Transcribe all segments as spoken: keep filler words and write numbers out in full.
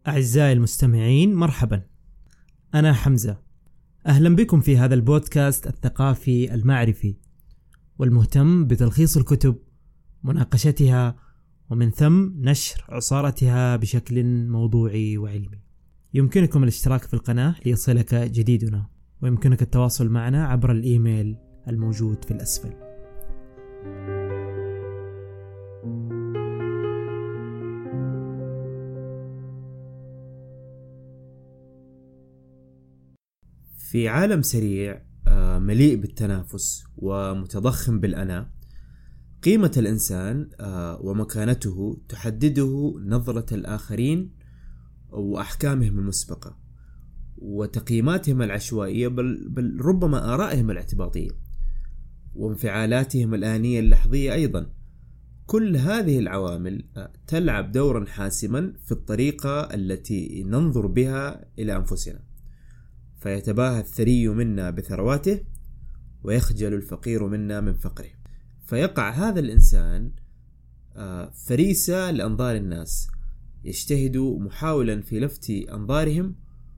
أعزائي المستمعين، مرحبا. أنا حمزة، أهلا بكم في هذا البودكاست الثقافي المعرفي والمهتم بتلخيص الكتب، مناقشتها، ومن ثم نشر عصارتها بشكل موضوعي وعلمي. يمكنكم الاشتراك في القناة ليصلك جديدنا، ويمكنك التواصل معنا عبر الإيميل الموجود في الأسفل. في عالم سريع مليء بالتنافس ومتضخم بالأنا، قيمة الإنسان ومكانته تحدده نظرة الآخرين وأحكامهم المسبقة وتقييماتهم العشوائية، بل, بل ربما آرائهم الاعتباطية وانفعالاتهم الآنية اللحظية أيضا. كل هذه العوامل تلعب دورا حاسما في الطريقة التي ننظر بها إلى أنفسنا، فيتباهى الثري منا بثرواته ويخجل الفقير منا من فقره، فيقع هذا الإنسان فريسة لأنظار الناس، يجتهد محاولا في لفت أنظارهم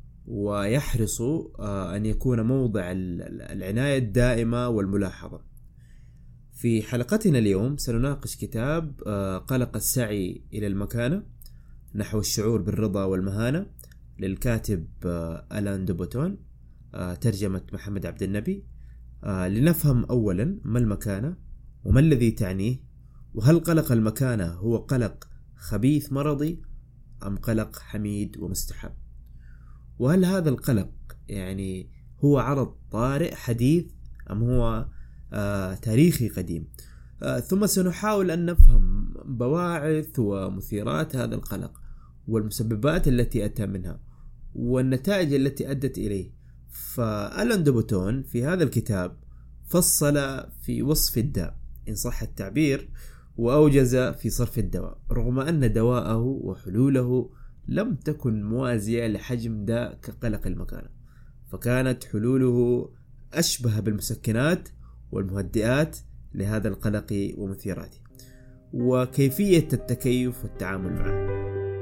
ويحرص أن يكون موضع العناية الدائمة والملاحظة. في حلقتنا اليوم سنناقش كتاب قلق السعي إلى المكانة نحو الشعور بالرضا والمهانة للكاتب ألان دو بوتون، ترجمة محمد عبد النبي. لنفهم أولا ما المكانة وما الذي تعنيه، وهل قلق المكانة هو قلق خبيث مرضي أم قلق حميد ومستحب، وهل هذا القلق يعني هو عرض طارئ حديث أم هو آه تاريخي قديم. آه ثم سنحاول أن نفهم بواعث ومثيرات هذا القلق والمسببات التي أتى منها والنتائج التي أدت إليه. فألان دو بوتون في هذا الكتاب فصل في وصف الداء إن صح التعبير، وأوجز في صرف الدواء، رغم أن دواءه وحلوله لم تكن موازية لحجم داء كقلق المكانة، فكانت حلوله أشبه بالمسكنات والمهدئات لهذا القلق ومثيراته وكيفية التكيف والتعامل معه.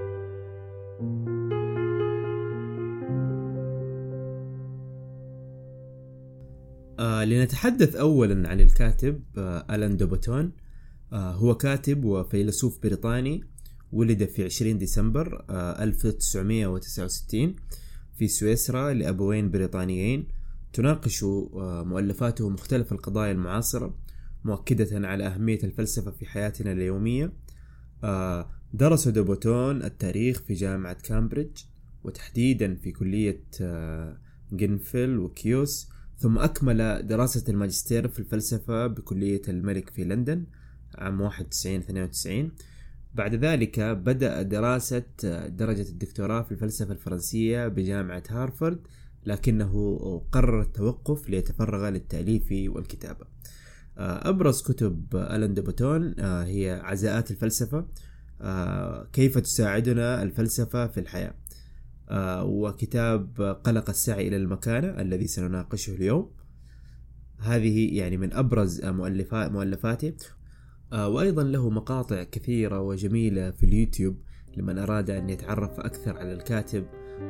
آه لنتحدث أولا عن الكاتب آه ألان دو بوتون. آه هو كاتب وفيلسوف بريطاني، ولد في عشرين ديسمبر آه ألف وتسعمائة وتسعة وستين في سويسرا لأبوين بريطانيين. تناقش آه مؤلفاته مختلف القضايا المعاصرة، مؤكدة على أهمية الفلسفة في حياتنا اليومية. آه درس دو بوتون التاريخ في جامعة كامبريدج، وتحديدا في كلية آه جينفيل وكيوس، ثم أكمل دراسة الماجستير في الفلسفة بكلية الملك في لندن عام واحد وتسعين اثنين وتسعين. بعد ذلك بدأ دراسة درجة الدكتوراه في الفلسفة الفرنسية بجامعة هارفارد، لكنه قرر التوقف ليتفرغ للتأليف والكتابة. أبرز كتب ألان دو بوتون هي عزاءات الفلسفة، كيف تساعدنا الفلسفة في الحياة، وكتاب قلق السعي إلى المكانة الذي سنناقشه اليوم. هذه يعني من أبرز مؤلفات مؤلفاته، وأيضا له مقاطع كثيرة وجميلة في اليوتيوب لمن أراد أن يتعرف أكثر على الكاتب.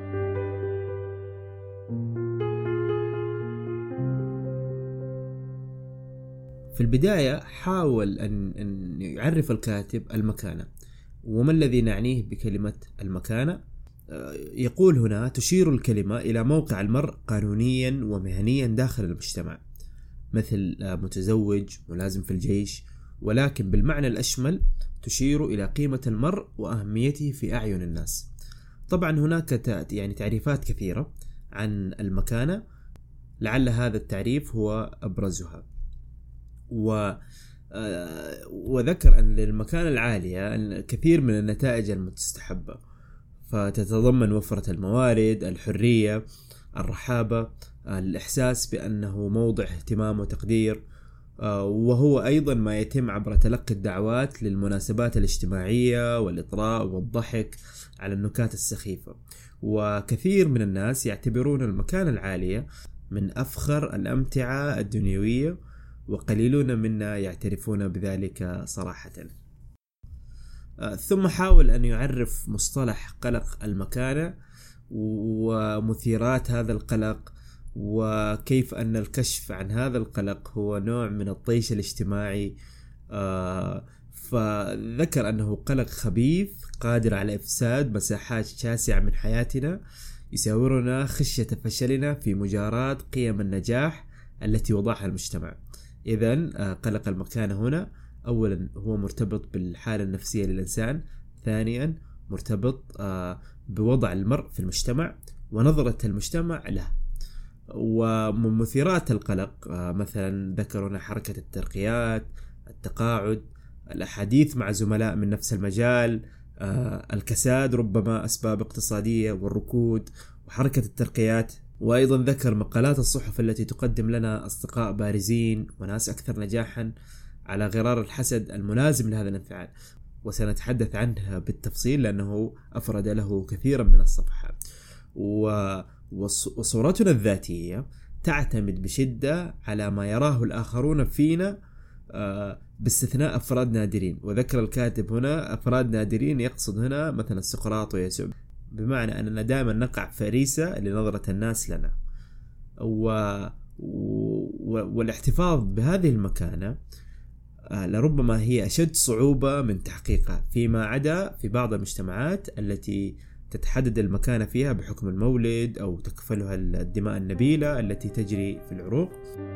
في البداية حاول أن أن يعرف الكاتب المكانة وما الذي نعنيه بكلمة المكانة. يقول هنا: تشير الكلمة إلى موقع المرء قانونيا ومهنيا داخل المجتمع، مثل متزوج، ملازم في الجيش، ولكن بالمعنى الأشمل تشير إلى قيمة المرء وأهميته في أعين الناس. طبعا هناك يعني تعريفات كثيرة عن المكانة، لعل هذا التعريف هو أبرزها. و وذكر أن للمكانة العالية الكثير من النتائج المستحبة، فتتضمن وفرة الموارد، الحرية، الرحابة، الإحساس بأنه موضع اهتمام وتقدير، وهو أيضا ما يتم عبر تلقي الدعوات للمناسبات الاجتماعية والإطراء والضحك على النكات السخيفة. وكثير من الناس يعتبرون المكانة العالية من أفخر الأمتعة الدنيوية، وقليلون منا يعترفون بذلك صراحة. ثم حاول أن يعرف مصطلح قلق المكانة ومثيرات هذا القلق، وكيف أن الكشف عن هذا القلق هو نوع من الطيش الاجتماعي. فذكر أنه قلق خبيث قادر على إفساد مساحات شاسعة من حياتنا، يساورنا خشية فشلنا في مجاراة قيم النجاح التي وضعها المجتمع. إذن قلق المكانة هنا أولا هو مرتبط بالحالة النفسية للإنسان، ثانيا مرتبط بوضع المرء في المجتمع ونظرة المجتمع له. ومن مثيرات القلق مثلا ذكرنا حركة الترقيات، التقاعد، الأحاديث مع زملاء من نفس المجال، الكساد ربما أسباب اقتصادية والركود وحركة الترقيات. وأيضا ذكر مقالات الصحف التي تقدم لنا أصدقاء بارزين وناس أكثر نجاحا على غرار الحسد الملازم لهذا الانفعال، وسنتحدث عنها بالتفصيل لأنه أفرد له كثيرا من الصفحات. وصورتنا الذاتية تعتمد بشدة على ما يراه الآخرون فينا باستثناء أفراد نادرين. وذكر الكاتب هنا أفراد نادرين يقصد هنا مثلا سقراط ويسوع، بمعنى أننا دائما نقع فريسة لنظرة الناس لنا. و... والاحتفاظ بهذه المكانة لربما هي أشد صعوبة من تحقيقها، فيما عدا في بعض المجتمعات التي تتحدد المكانة فيها بحكم المولد أو تكفلها الدماء النبيلة التي تجري في العروق.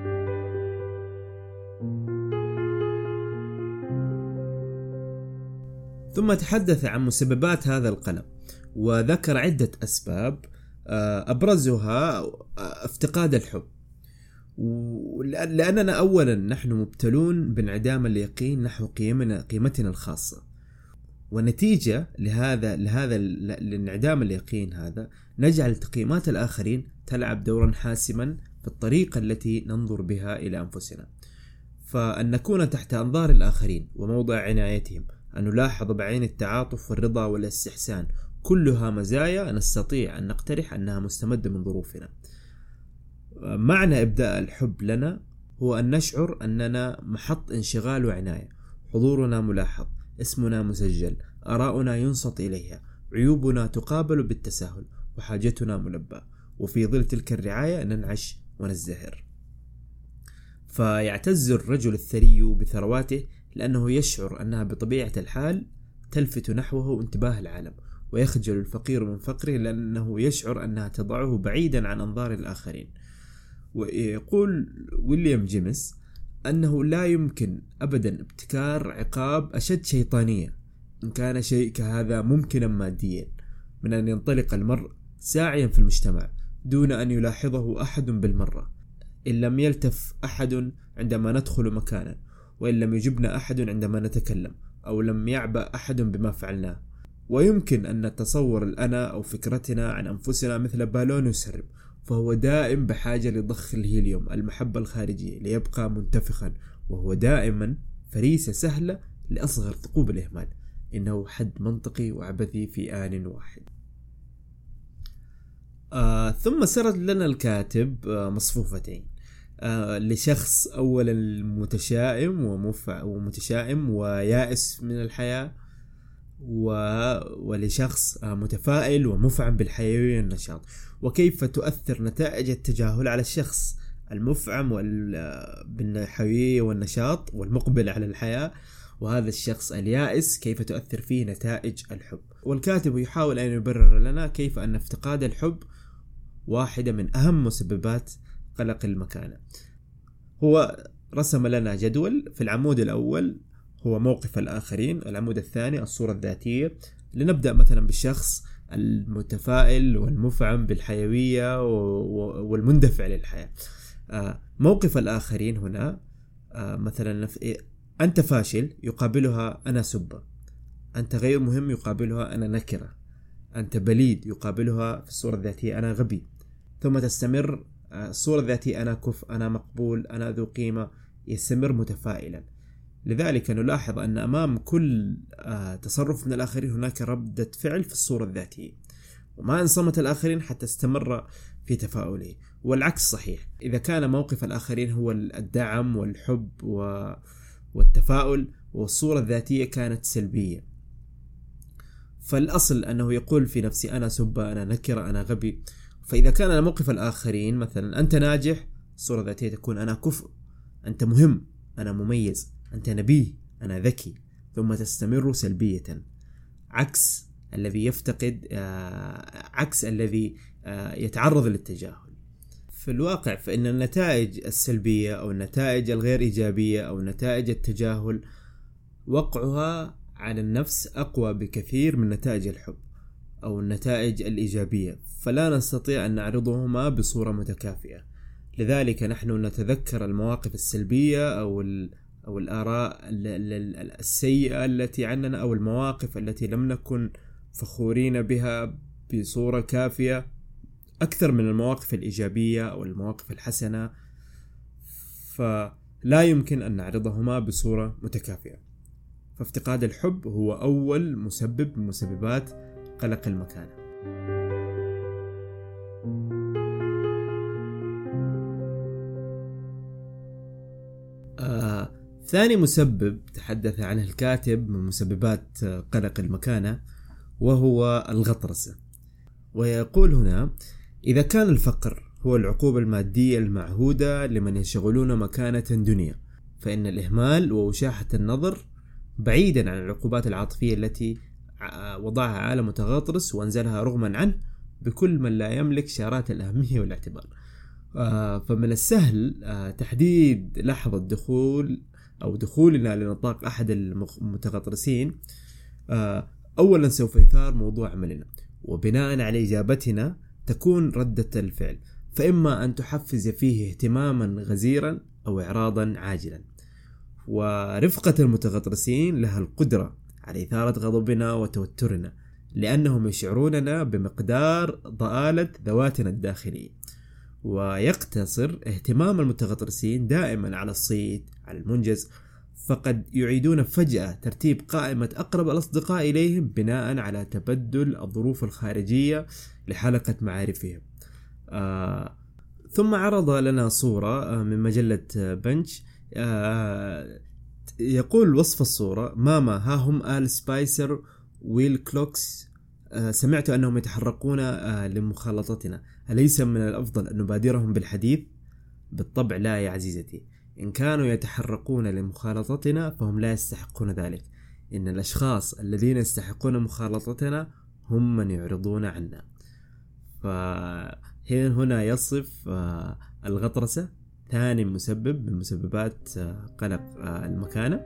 ثم تحدث عن مسببات هذا القلق وذكر عدة أسباب أبرزها افتقاد الحب، لأننا أولا نحن مبتلون بانعدام اليقين نحو قيمنا قيمتنا الخاصة، ونتيجة لهذا لهذا الانعدام اليقين هذا نجعل تقييمات الآخرين تلعب دورا حاسما في الطريقة التي ننظر بها إلى أنفسنا. فأن نكون تحت أنظار الآخرين وموضع عنايتهم، أن نلاحظ بعين التعاطف والرضا والاستحسان، كلها مزايا نستطيع أن نقترح أنها مستمدة من ظروفنا. معنى إبداء الحب لنا هو أن نشعر أننا محط انشغال وعناية، حضورنا ملاحظ، اسمنا مسجل، آراؤنا ينصت إليها، عيوبنا تقابل بالتساهل، وحاجتنا ملبى، وفي ظل تلك الرعاية ننعش ونزدهر. فيعتز الرجل الثري بثرواته لأنه يشعر أنها بطبيعة الحال تلفت نحوه انتباه العالم، ويخجل الفقير من فقره لأنه يشعر أنها تضعه بعيدا عن أنظار الآخرين. ويقول ويليام جيمس أنه لا يمكن أبدا ابتكار عقاب أشد شيطانية إن كان شيء كهذا ممكنا ماديا من أن ينطلق المرء ساعيا في المجتمع دون أن يلاحظه أحد بالمرة، إن لم يلتف أحد عندما ندخل مكانا، وإن لم يجبنا أحد عندما نتكلم، أو لم يعبأ أحد بما فعلناه. ويمكن أن نتصور الأنا أو فكرتنا عن أنفسنا مثل بالون يسرب، فهو دائم بحاجة لضخ الهيليوم المحبة الخارجية ليبقى منتفخا، وهو دائما فريسة سهلة لأصغر ثقوب الإهمال. إنه حد منطقي وعبثي في آن واحد. آه ثم سرد لنا الكاتب آه مصفوفتين آه لشخص أولا متشائم ومفع ومتشائم ويائس من الحياة، و... ولشخص آه متفائل ومفعم بالحيوية والنشاط، وكيف تؤثر نتائج التجاهل على الشخص المفعم وال... بالحيوية والنشاط والمقبل على الحياة، وهذا الشخص اليائس كيف تؤثر فيه نتائج الحب. والكاتب يحاول أن يبرر لنا كيف أن افتقاد الحب واحدة من أهم مسببات قلق المكانة. هو رسم لنا جدول، في العمود الأول هو موقف الآخرين، العمود الثاني الصورة الذاتية. لنبدأ مثلا بالشخص المتفائل والمفعم بالحيوية والمندفع للحياة. موقف الآخرين هنا مثلا أنت فاشل يقابلها أنا سبة، أنت غير مهم يقابلها أنا نكرة، أنت بليد يقابلها في الصورة الذاتية أنا غبي، ثم تستمر الصورة الذاتية أنا كف، أنا مقبول، أنا ذو قيمة، يستمر متفائلا. لذلك نلاحظ أن أمام كل تصرف من الآخرين هناك ردة فعل في الصورة الذاتية، وما انصمت الآخرين حتى استمر في تفاؤله. والعكس صحيح، إذا كان موقف الآخرين هو الدعم والحب والتفاؤل والصورة الذاتية كانت سلبية، فالأصل أنه يقول في نفسي أنا سبة، أنا نكرة، أنا غبي. فإذا كان على موقف الآخرين مثلا أنت ناجح، الصورة الذاتية تكون أنا كفء، أنت مهم، أنا مميز، أنت نبيه، أنا ذكي، ثم تستمر سلبية، عكس الذي يفتقد آه عكس الذي آه يتعرض للتجاهل. في الواقع فإن النتائج السلبية أو النتائج الغير إيجابية أو نتائج التجاهل وقعها على النفس أقوى بكثير من نتائج الحب أو النتائج الإيجابية، فلا نستطيع أن نعرضهما بصورة متكافئة. لذلك نحن نتذكر المواقف السلبية أو أو الآراء السيئة التي عننا أو المواقف التي لم نكن فخورين بها بصورة كافية أكثر من المواقف الإيجابية أو المواقف الحسنة، فلا يمكن أن نعرضهما بصورة متكافئة. فافتقاد الحب هو أول مسبب من مسببات قلق المكانة. آه، ثاني مسبب تحدث عنه الكاتب من مسببات قلق المكانة وهو الغطرسة، ويقول هنا: إذا كان الفقر هو العقوبة المادية المعهودة لمن يشغلون مكانة دنيا، فإن الإهمال ووشاحة النظر بعيدا عن العقوبات العاطفية التي وضعها عالم متغطرس وأنزلها رغما عنه بكل من لا يملك شارات الأهمية والاعتبار. فمن السهل تحديد لحظة دخول أو دخولنا لنطاق أحد المتغطرسين. أولا سوف يثار موضوع عملنا، وبناء على إجابتنا تكون ردة الفعل، فإما أن تحفز فيه اهتماما غزيرا أو إعراضا عاجلا. ورفقة المتغطرسين لها القدرة على إثارة غضبنا وتوترنا، لأنهم يشعروننا بمقدار ضآلة ذواتنا الداخلية. ويقتصر اهتمام المتغطرسين دائما على الصيت، على المنجز، فقد يعيدون فجأة ترتيب قائمة أقرب الأصدقاء إليهم بناء على تبدل الظروف الخارجية لحلقة معارفهم. آه ثم عرض لنا صورة من مجلة بنش. آه يقول وصف الصورة: ماما ها هم آل سبايسر ويل كلوكس، آه سمعت أنهم يتحركون آه لمخالطتنا، أليس من الأفضل أن نبادرهم بالحديث؟ بالطبع لا يا عزيزتي، إن كانوا يتحركون لمخالطتنا فهم لا يستحقون ذلك. إن الأشخاص الذين يستحقون مخالطتنا هم من يعرضون عنا. فهنا هنا يصف آه الغطرسة ثاني مسبب من مسببات آه قلق آه المكانة.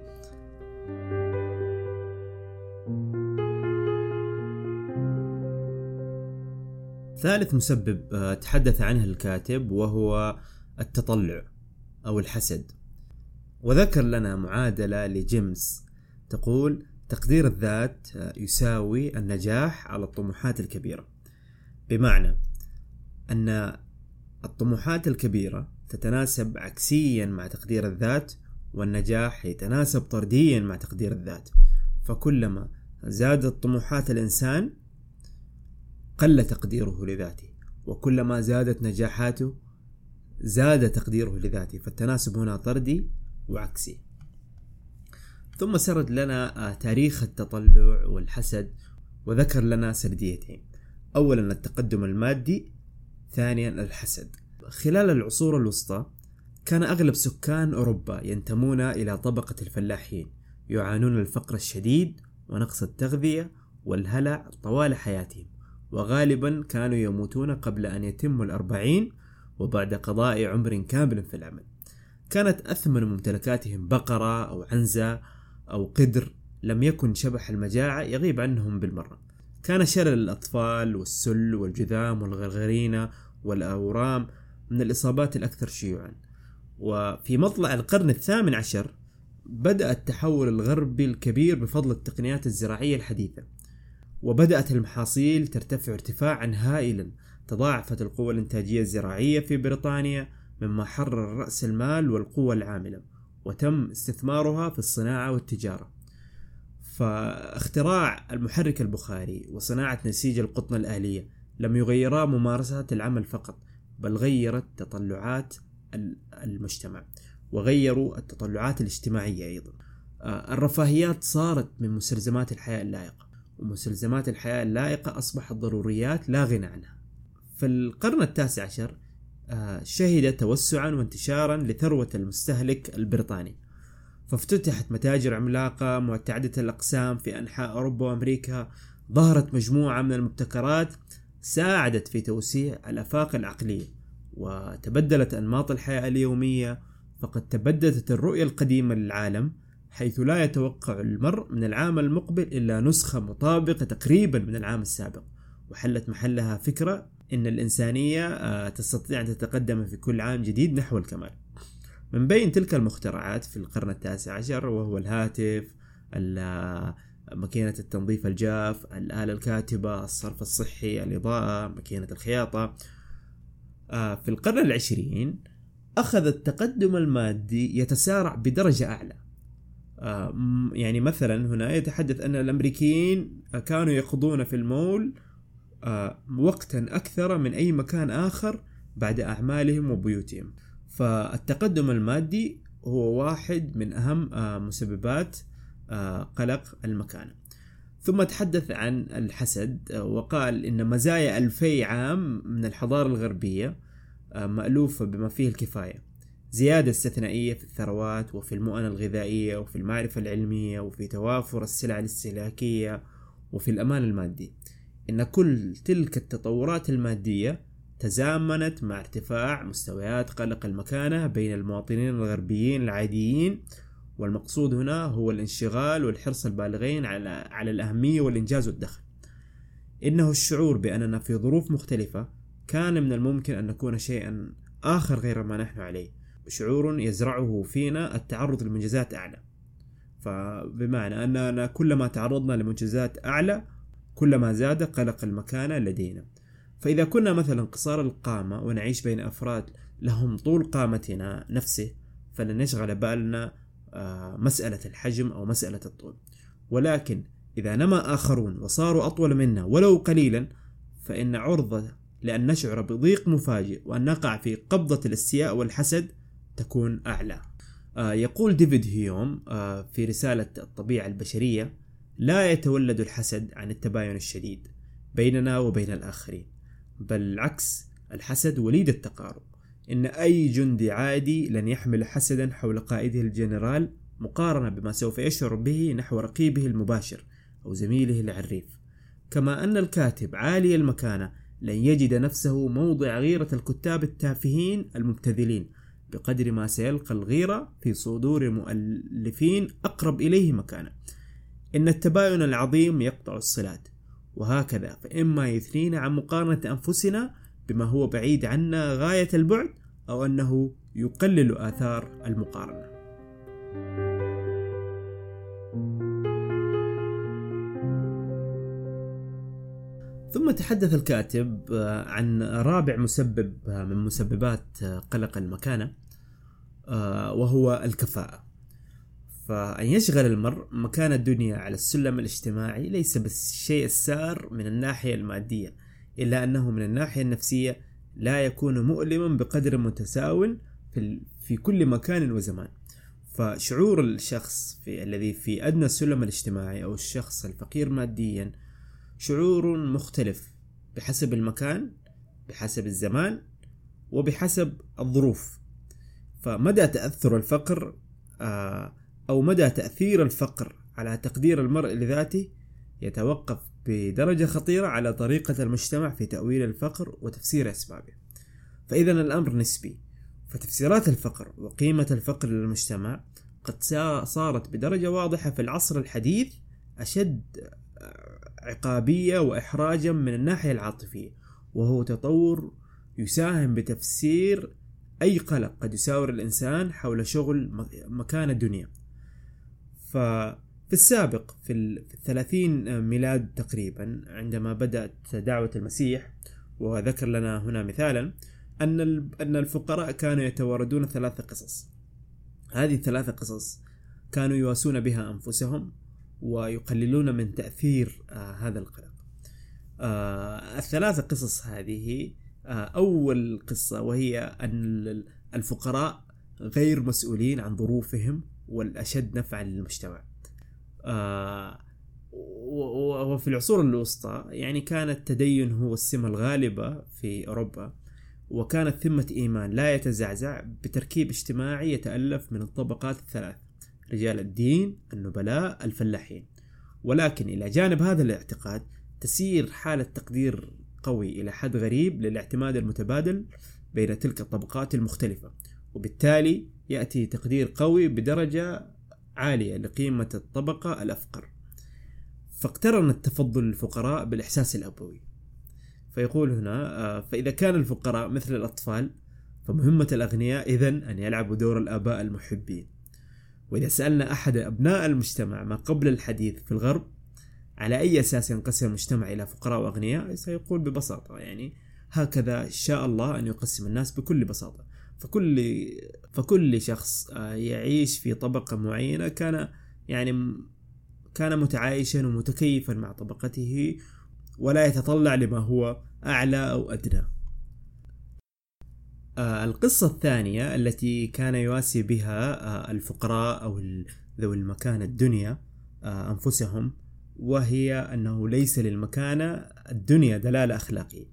ثالث مسبب آه تحدث عنه الكاتب وهو التطلع أو الحسد، وذكر لنا معادلة لجيمس تقول: تقدير الذات يساوي النجاح على الطموحات الكبيرة، بمعنى أن الطموحات الكبيرة تتناسب عكسيا مع تقدير الذات، والنجاح يتناسب طرديا مع تقدير الذات. فكلما زادت طموحات الإنسان قل تقديره لذاته، وكلما زادت نجاحاته زاد تقديره لذاته، فالتناسب هنا طردي وعكسي. ثم سرد لنا تاريخ التطلع والحسد، وذكر لنا سرديتين: أولا التقدم المادي، ثانيا الحسد. خلال العصور الوسطى كان أغلب سكان أوروبا ينتمون إلى طبقة الفلاحين، يعانون الفقر الشديد ونقص التغذية والهلع طوال حياتهم، وغالبا كانوا يموتون قبل أن يتموا الأربعين وبعد قضاء عمر كامل في العمل. كانت أثمن ممتلكاتهم بقرة أو عنزة أو قدر، لم يكن شبح المجاعة يغيب عنهم بالمرة. كان شلل الأطفال والسل والجذام والغرغرينة والأورام من الإصابات الأكثر شيوعا. وفي مطلع القرن الثامن عشر بدأ التحول الغربي الكبير بفضل التقنيات الزراعية الحديثة، وبدأت المحاصيل ترتفع ارتفاعا هائلا. تضاعفت القوة الإنتاجية الزراعية في بريطانيا، مما حرر رأس المال والقوة العاملة، وتم استثمارها في الصناعة والتجارة. فاختراع المحرك البخاري وصناعة نسيج القطن الآلية لم يغيرا ممارسة العمل فقط، بل غيرت تطلعات المجتمع، وغيروا التطلعات الاجتماعية أيضا. الرفاهيات صارت من مستلزمات الحياة اللائقة، ومستلزمات الحياة اللائقة أصبحت ضروريات لا غنى عنها. في القرن التاسع عشر شهد توسعا وانتشارا لثروة المستهلك البريطاني، فافتتحت متاجر عملاقة متعددة الأقسام في أنحاء أوروبا وأمريكا. ظهرت مجموعة من المبتكرات ساعدت في توسيع الآفاق العقلية وتبدلت أنماط الحياة اليومية. فقد تبددت الرؤية القديمة للعالم، حيث لا يتوقع المرء من العام المقبل إلا نسخة مطابقة تقريبا من العام السابق، وحلت محلها فكرة إن الإنسانية تستطيع أن تتقدم في كل عام جديد نحو الكمال. من بين تلك المخترعات في القرن التاسع عشر وهو الهاتف، ماكينة التنظيف الجاف، الآلة الكاتبة، الصرف الصحي، الإضاءة، ماكينة الخياطة. في القرن العشرين أخذ التقدم المادي يتسارع بدرجة أعلى. يعني مثلا هنا يتحدث أن الأمريكيين كانوا يقضون في المول وقتا أكثر من أي مكان آخر بعد أعمالهم وبيوتهم. فالتقدم المادي هو واحد من أهم مسببات قلق المكانة. ثم تحدث عن الحسد وقال إن مزايا ألفي عام من الحضارة الغربية مألوفة بما فيه الكفاية: زيادة استثنائية في الثروات وفي المؤن الغذائية وفي المعرفة العلمية وفي توافر السلع الاستهلاكية وفي الأمان المادي. إن كل تلك التطورات المادية تزامنت مع ارتفاع مستويات قلق المكانة بين المواطنين الغربيين العاديين، والمقصود هنا هو الانشغال والحرص البالغين على على الأهمية والإنجاز والدخل. إنه الشعور بأننا في ظروف مختلفة كان من الممكن أن نكون شيئا آخر غير ما نحن عليه، شعور يزرعه فينا التعرض لمنجزات أعلى. فبمعنى أننا كلما تعرضنا لمنجزات أعلى كلما زاد قلق المكانة لدينا. فإذا كنا مثلا قصار القامة ونعيش بين أفراد لهم طول قامتنا نفسه، فلن يشغل بالنا مسألة الحجم أو مسألة الطول. ولكن إذا نما آخرون وصاروا أطول منا ولو قليلا، فإن عرضة لأن نشعر بضيق مفاجئ وأن نقع في قبضة الاستياء والحسد تكون أعلى. يقول ديفيد هيوم في رسالة الطبيعة البشرية: لا يتولد الحسد عن التباين الشديد بيننا وبين الآخرين، بل العكس، الحسد وليد التقارب. إن أي جندي عادي لن يحمل حسدا حول قائده الجنرال مقارنة بما سوف يشعر به نحو رقيبه المباشر أو زميله العريف. كما أن الكاتب عالي المكانة لن يجد نفسه موضع غيرة الكتاب التافهين المبتذلين بقدر ما سيلقى الغيرة في صدور المؤلفين أقرب إليه مكانة. إن التباين العظيم يقطع الصلات، وهكذا فإما يثنينا عن مقارنة أنفسنا بما هو بعيد عنا غاية البعد، أو أنه يقلل آثار المقارنة. ثم تحدث الكاتب عن رابع مسبب من مسببات قلق المكانة، وهو الكفاءة. فأن يشغل المرء مكان الدنيا على السلم الاجتماعي ليس بالشيء السار من الناحية المادية، إلا أنه من الناحية النفسية لا يكون مؤلما بقدر متساو في, في كل مكان وزمان. فشعور الشخص في الذي في أدنى السلم الاجتماعي أو الشخص الفقير ماديا شعور مختلف بحسب المكان، بحسب الزمان، وبحسب الظروف. فمدى تأثر الفقر أو مدى تأثير الفقر على تقدير المرء لذاته يتوقف بدرجة خطيرة على طريقة المجتمع في تأويل الفقر وتفسير أسبابه. فإذا الأمر نسبي، فتفسيرات الفقر وقيمة الفقر للمجتمع قد صارت بدرجة واضحة في العصر الحديث أشد عقابية وإحراجا من الناحية العاطفية، وهو تطور يساهم بتفسير أي قلق قد يساور الإنسان حول شغل مكان الدنيا. ففي السابق في الثلاثين ميلاد تقريبا عندما بدأت دعوة المسيح، وذكر لنا هنا مثالا أن أن الفقراء كانوا يتواردون ثلاثة قصص. هذه الثلاثة قصص كانوا يواسون بها أنفسهم ويقللون من تأثير آه هذا القلق. آه الثلاثة قصص هذه، آه أول قصة وهي أن الفقراء غير مسؤولين عن ظروفهم والأشد نفعا للمجتمع. آه وفي العصور الوسطى يعني كان التدين هو السمة الغالبة في أوروبا، وكانت ثمة إيمان لا يتزعزع بتركيب اجتماعي يتألف من الطبقات الثلاث: رجال الدين، النبلاء، الفلاحين. ولكن إلى جانب هذا الاعتقاد تسير حالة تقدير قوي إلى حد غريب للاعتماد المتبادل بين تلك الطبقات المختلفة، وبالتالي يأتي تقدير قوي بدرجة عالية لقيمة الطبقة الأفقر. فاقترن التفضل الفقراء بالإحساس الأبوي. فيقول هنا: فإذا كان الفقراء مثل الأطفال فمهمة الأغنياء إذن أن يلعبوا دور الآباء المحبين. وإذا سألنا أحد أبناء المجتمع ما قبل الحديث في الغرب على أي أساس ينقسم المجتمع إلى فقراء وأغنياء، سيقول ببساطة يعني هكذا شاء الله أن يقسم الناس بكل بساطة. فكل فكل شخص يعيش في طبقة معينة كان يعني كان متعايشا ومتكيفا مع طبقته، ولا يتطلع لما هو أعلى أو أدنى. القصة الثانية التي كان يواسي بها الفقراء أو ذوي المكانة الدنيا أنفسهم، وهي أنه ليس للمكانة الدنيا دلالة أخلاقية.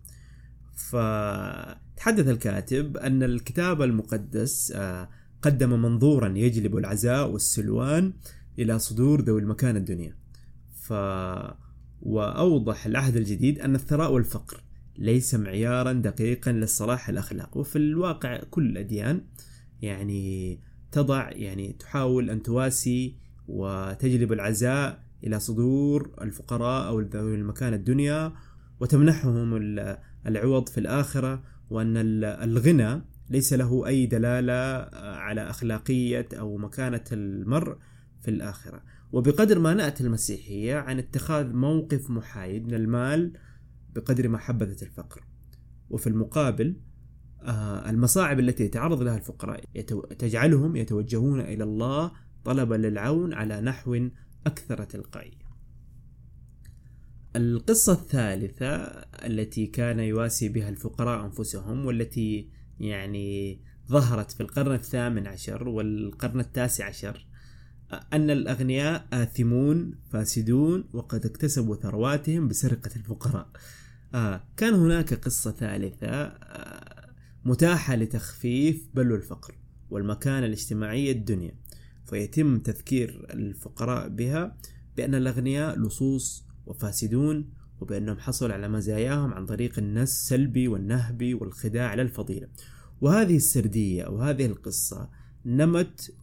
فتحدث الكاتب أن الكتاب المقدس قدم منظورا يجلب العزاء والسلوان إلى صدور ذوي المكانة الدنيا. ف وأوضح العهد الجديد أن الثراء والفقر ليس معيارا دقيقا للصلاح الأخلاق. وفي الواقع كل الأديان يعني تضع يعني تحاول أن تواسي وتجلب العزاء إلى صدور الفقراء أو ذوي المكانة الدنيا، وتمنحهم العوض في الآخرة، وأن الغنى ليس له أي دلالة على أخلاقية أو مكانة المرء في الآخرة. وبقدر ما نأت المسيحية عن اتخاذ موقف محايد من المال بقدر ما حبذت الفقر. وفي المقابل المصاعب التي يتعرض لها الفقراء تجعلهم يتوجهون إلى الله طلبا للعون على نحو أكثر تلقائية. القصة الثالثة التي كان يواسي بها الفقراء أنفسهم، والتي يعني ظهرت في القرن الثامن عشر والقرن التاسع عشر، أن الأغنياء آثمون فاسدون وقد اكتسبوا ثرواتهم بسرقة الفقراء. آه كان هناك قصة ثالثة آه متاحة لتخفيف بلو الفقر والمكانة الاجتماعية الدنيا، فيتم تذكير الفقراء بها بأن الأغنياء لصوص وفاسدون، وبأنهم حصلوا على مزاياهم عن طريق النس السلبي والنهب والخداع على الفضيلة. وهذه السردية أو هذه القصة نمت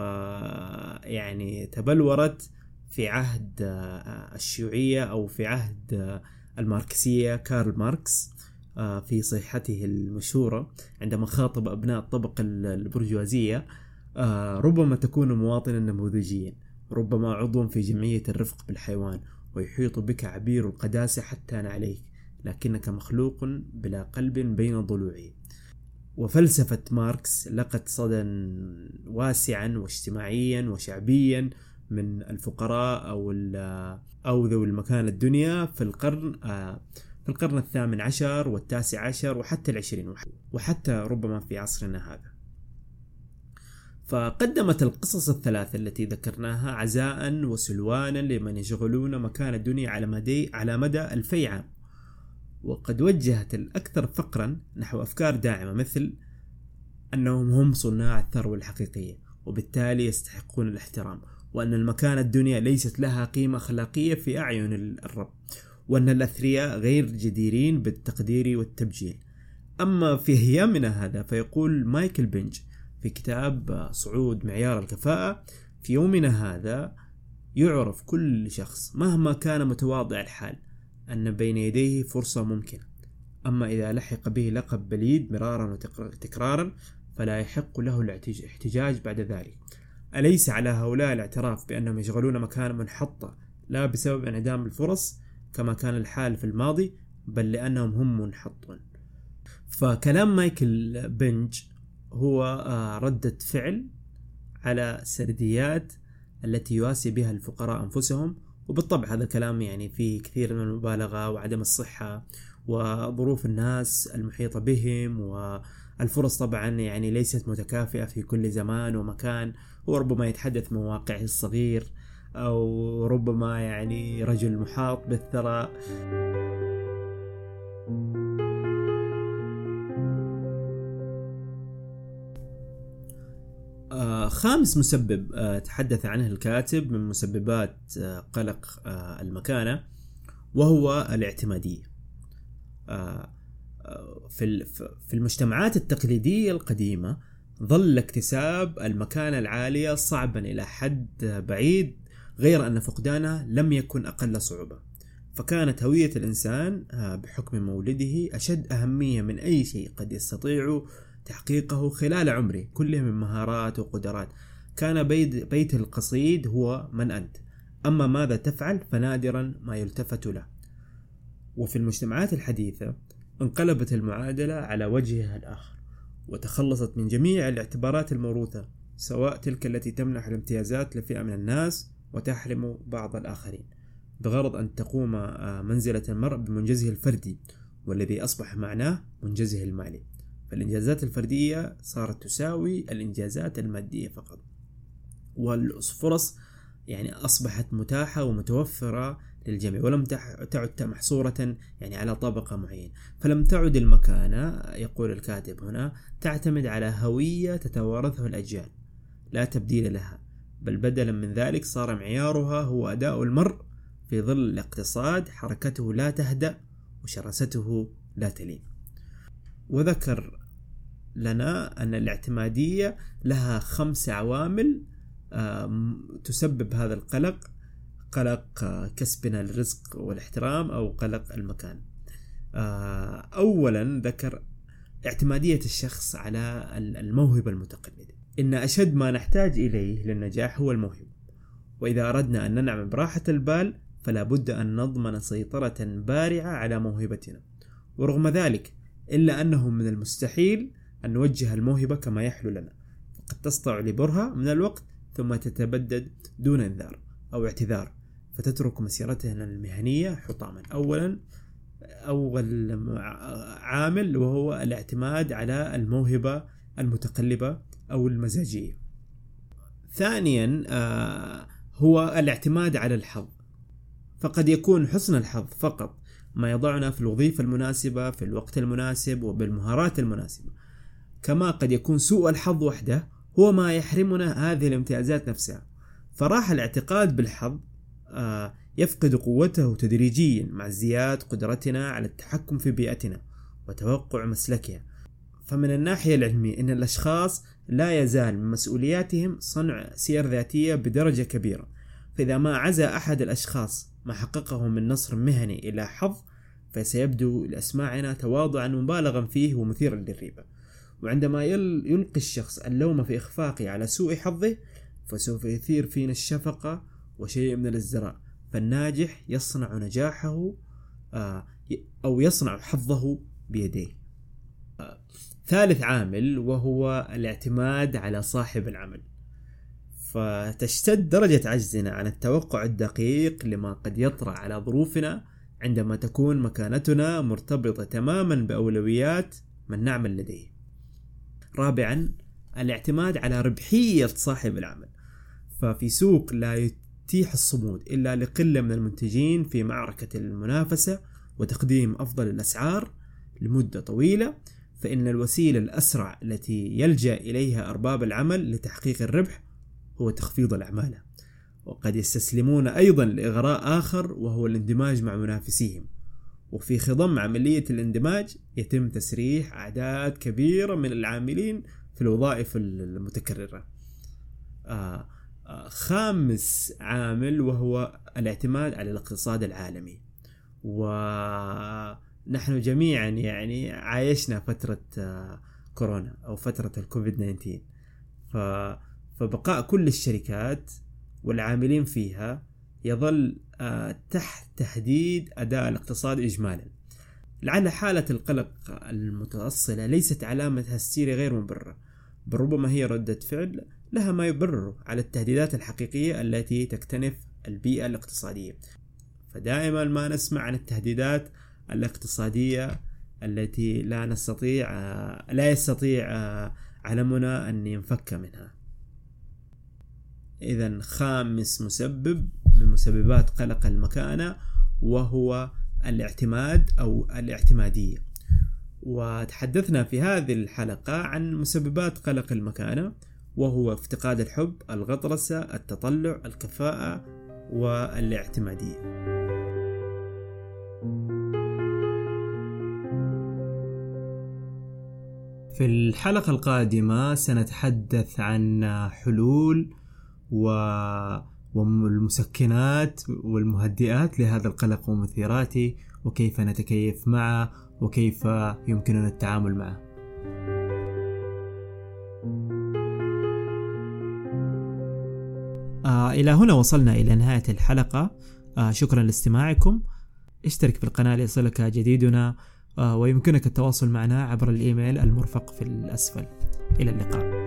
ويعني تبلورت في عهد الشيوعية أو في عهد الماركسية كارل ماركس في صيحته المشهورة عندما خاطب أبناء الطبقة البرجوازية: ربما تكون مواطنا نموذجيا، ربما عضوا في جمعية الرفق بالحيوان، ويحيط بك عبير القداسة حتى عليك، لكنك مخلوق بلا قلب بين ضلوعه. وفلسفة ماركس لقت صدى واسعا واجتماعيا وشعبيا من الفقراء أو أو ذوي المكانة الدنيا في القرن في القرن الثامن عشر والتاسع عشر وحتى العشرين وحتى ربما في عصرنا هذا. فقدمت القصص الثلاثة التي ذكرناها عزاء وسلوانا لمن يشغلون مكان الدنيا على مدى على مدى ألفي عام، وقد وجهت الأكثر فقرا نحو أفكار داعمة مثل أنهم هم صناع الثروة الحقيقية وبالتالي يستحقون الاحترام، وأن المكانة الدنيا ليست لها قيمة أخلاقية في أعين الرب، وأن الأثرياء غير جديرين بالتقدير والتبجيل. أما في هيامنا هذا فيقول مايكل بنج في كتاب صعود معيار الكفاءة: في يومنا هذا يعرف كل شخص مهما كان متواضع الحال أن بين يديه فرصة ممكنة، أما إذا لحق به لقب بليد مرارا وتكرارا فلا يحق له الاحتجاج بعد ذلك. أليس على هؤلاء الاعتراف بأنهم يشغلون مكان منحطة لا بسبب انعدام الفرص كما كان الحال في الماضي، بل لأنهم هم منحطون. فكلام مايكل بنج هو ردة فعل على سرديات التي يواسي بها الفقراء أنفسهم، وبالطبع هذا الكلام يعني فيه كثير من المبالغة وعدم الصحة وظروف الناس المحيطة بهم، والفرص طبعا يعني ليست متكافئة في كل زمان ومكان. هو ربما يتحدث من واقعه الصغير أو ربما يعني رجل محاط بالثراء. آه خامس مسبب آه تحدث عنه الكاتب من مسببات آه قلق آه المكانة وهو الاعتمادية. آه في في المجتمعات التقليدية القديمة ظل اكتساب المكانة العالية صعبا إلى حد بعيد، غير أن فقدانها لم يكن أقل صعوبة، فكانت هوية الإنسان بحكم مولده أشد أهمية من أي شيء قد يستطيع تحقيقه خلال عمره كله من مهارات وقدرات. كان بيت, بيت القصيد هو من أنت، أما ماذا تفعل فنادرا ما يلتفت له. وفي المجتمعات الحديثة انقلبت المعادلة على وجهها الآخر، وتخلصت من جميع الاعتبارات الموروثة، سواء تلك التي تمنح الامتيازات لفئة من الناس وتحرم بعض الآخرين، بغرض أن تقوم منزلة المرء بمنجزه الفردي، والذي أصبح معناه منجزه المالي. فالإنجازات الفردية صارت تساوي الإنجازات المادية فقط، والفرص يعني أصبحت متاحة ومتوفرة للجميع، ولم تعد محصورة يعني على طبقة معينة. فلم تعد المكانة، يقول الكاتب هنا، تعتمد على هوية تتوارثها الأجيال لا تبديل لها، بل بدلا من ذلك صار معيارها هو أداء المرء في ظل الاقتصاد، حركته لا تهدأ وشراسته لا تلين. وذكر لنا أن الاعتمادية لها خمس عوامل تسبب هذا القلق: قلق كسبنا الرزق والاحترام أو قلق المكان. أولا ذكر اعتمادية الشخص على الموهبة المتقلدة. إن أشد ما نحتاج إليه للنجاح هو الموهبة، وإذا أردنا أن ننعم براحة البال فلا بد أن نضمن سيطرة بارعة على موهبتنا. ورغم ذلك إلا أنه من المستحيل أن نوجه الموهبة كما يحلو لنا، فقد تسطع لبرها من الوقت ثم تتبدد دون انذار أو اعتذار، فتترك مسيرتنا المهنية حطاما. أولا أول عامل وهو الاعتماد على الموهبة المتقلبة أو المزاجية. ثانيا هو الاعتماد على الحظ، فقد يكون حسن الحظ فقط ما يضعنا في الوظيفة المناسبة في الوقت المناسب وبالمهارات المناسبة، كما قد يكون سوء الحظ وحده هو ما يحرمنا هذه الامتيازات نفسها. فراح الاعتقاد بالحظ يفقد قوته تدريجيا مع ازدياد قدرتنا على التحكم في بيئتنا وتوقع مسلكها. فمن الناحية العلمية إن الأشخاص لا يزال من مسؤولياتهم صنع سير ذاتية بدرجة كبيرة، فإذا ما عزا أحد الأشخاص ما حققه من نصر مهني إلى حظ فسيبدو لأسماعنا تواضعا مبالغا فيه ومثيرا للريبة. وعندما يلقي الشخص اللوم في إخفاقه على سوء حظه فسوف يثير فينا الشفقة وشيء من الازدراء، فالناجح يصنع نجاحه أو يصنع حظه بيديه. ثالث عامل وهو الاعتماد على صاحب العمل، فتشتد درجة عجزنا عن التوقع الدقيق لما قد يطرأ على ظروفنا عندما تكون مكانتنا مرتبطة تماما بأولويات من نعمل لديه. رابعا الاعتماد على ربحية صاحب العمل، ففي سوق لا يتيح الصمود إلا لقلة من المنتجين في معركة المنافسة وتقديم أفضل الأسعار لمدة طويلة، فإن الوسيلة الأسرع التي يلجأ إليها أرباب العمل لتحقيق الربح هو تخفيض العمالة. وقد يستسلمون أيضا لإغراء آخر وهو الاندماج مع منافسيهم، وفي خضم عملية الاندماج يتم تسريح أعداد كبيرة من العاملين في الوظائف المتكررة. آه آه خامس عامل وهو الاعتماد على الاقتصاد العالمي، ونحن جميعا يعني عايشنا فترة آه كورونا أو فترة الكوفيد تسعة عشر، فبقاء كل الشركات والعاملين فيها يظل آه تحت تهديد أداء الاقتصاد إجمالا. لعل حالة القلق المتأصلة ليست علامة هستيريا غير مبررة، بل ربما هي ردة فعل لها ما يبرر على التهديدات الحقيقية التي تكتنف البيئة الاقتصادية. فدائما ما نسمع عن التهديدات الاقتصادية التي لا نستطيع لا يستطيع علمنا أن ينفك منها. إذن خامس مسبب من مسببات قلق المكانة وهو الاعتماد أو الاعتمادية. وتحدثنا في هذه الحلقة عن مسببات قلق المكانة، وهو افتقاد الحب، الغطرسة، التطلع، الكفاءة والاعتمادية. في الحلقة القادمة سنتحدث عن حلول والمسكنات والمهدئات لهذا القلق ومثيراته، وكيف نتكيف معه وكيف يمكننا التعامل معه. آه إلى هنا وصلنا إلى نهاية الحلقة. آه شكرا لاستماعكم. اشترك في القناة ليصلك جديدنا، آه ويمكنك التواصل معنا عبر الإيميل المرفق في الأسفل. إلى اللقاء.